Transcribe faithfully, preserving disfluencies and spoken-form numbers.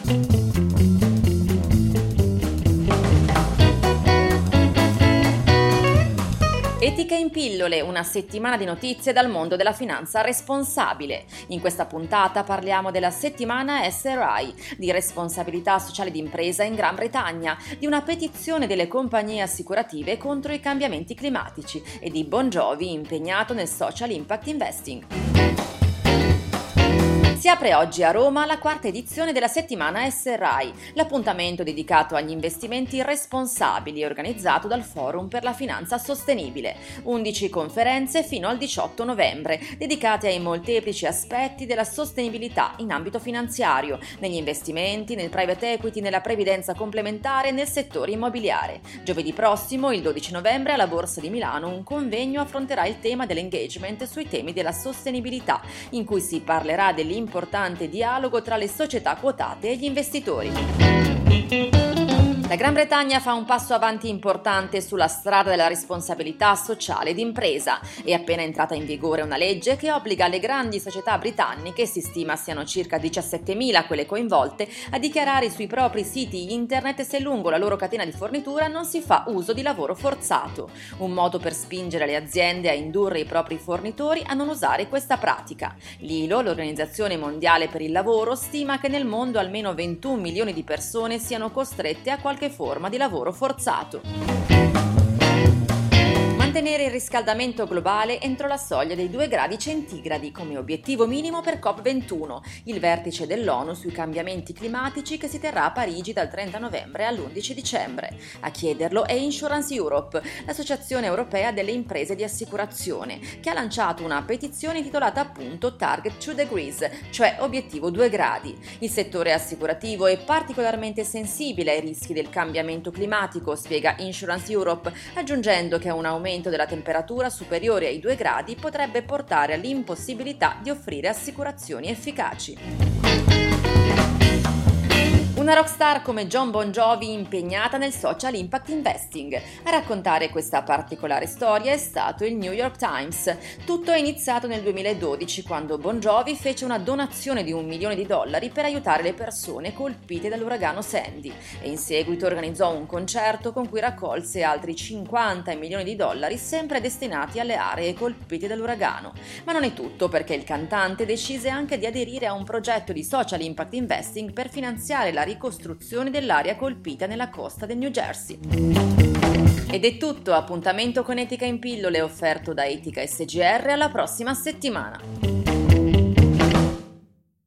Etica in pillole, una settimana di notizie dal mondo della finanza responsabile. In questa puntata parliamo della settimana S R I, di responsabilità sociale d'impresa in Gran Bretagna, di una petizione delle compagnie assicurative contro i cambiamenti climatici e di Bon Jovi impegnato nel social impact investing. Si apre oggi a Roma la quarta edizione della settimana S R I, l'appuntamento dedicato agli investimenti responsabili organizzato dal Forum per la Finanza Sostenibile. undici conferenze fino al diciotto novembre, dedicate ai molteplici aspetti della sostenibilità in ambito finanziario, negli investimenti, nel private equity, nella previdenza complementare e nel settore immobiliare. Giovedì prossimo, il dodici novembre, alla Borsa di Milano, un convegno affronterà il tema dell'engagement sui temi della sostenibilità, in cui si parlerà dell'importanza importante dialogo tra le società quotate e gli investitori. La Gran Bretagna fa un passo avanti importante sulla strada della responsabilità sociale d'impresa. È appena entrata in vigore una legge che obbliga le grandi società britanniche, si stima siano circa diciassettemila quelle coinvolte, a dichiarare sui propri siti internet se lungo la loro catena di fornitura non si fa uso di lavoro forzato. Un modo per spingere le aziende a indurre i propri fornitori a non usare questa pratica. L'I L O, l'Organizzazione Mondiale per il Lavoro, stima che nel mondo almeno ventuno milioni di persone siano costrette a qualche forma di lavoro forzato. Mantenere il riscaldamento globale entro la soglia dei due gradi centigradi come obiettivo minimo per COP ventuno, il vertice dell'ONU sui cambiamenti climatici che si terrà a Parigi dal trenta novembre all'undici dicembre. A chiederlo è Insurance Europe, l'associazione europea delle imprese di assicurazione, che ha lanciato una petizione intitolata appunto Target two degrees, cioè obiettivo due gradi. Il settore assicurativo è particolarmente sensibile ai rischi del cambiamento climatico, spiega Insurance Europe, aggiungendo che un aumento della temperatura superiore ai due gradi potrebbe portare all'impossibilità di offrire assicurazioni efficaci. Una rockstar come Jon Bon Jovi impegnata nel social impact investing. A raccontare questa particolare storia è stato il New York Times. Tutto è iniziato nel duemiladodici, quando Bon Jovi fece una donazione di un milione di dollari per aiutare le persone colpite dall'uragano Sandy e in seguito organizzò un concerto con cui raccolse altri cinquanta milioni di dollari sempre destinati alle aree colpite dall'uragano. Ma non è tutto, perché il cantante decise anche di aderire a un progetto di social impact investing per finanziare la ricostruzione dell'area colpita nella costa del New Jersey. Ed è tutto, appuntamento con Etica in pillole offerto da Etica S G R alla prossima settimana.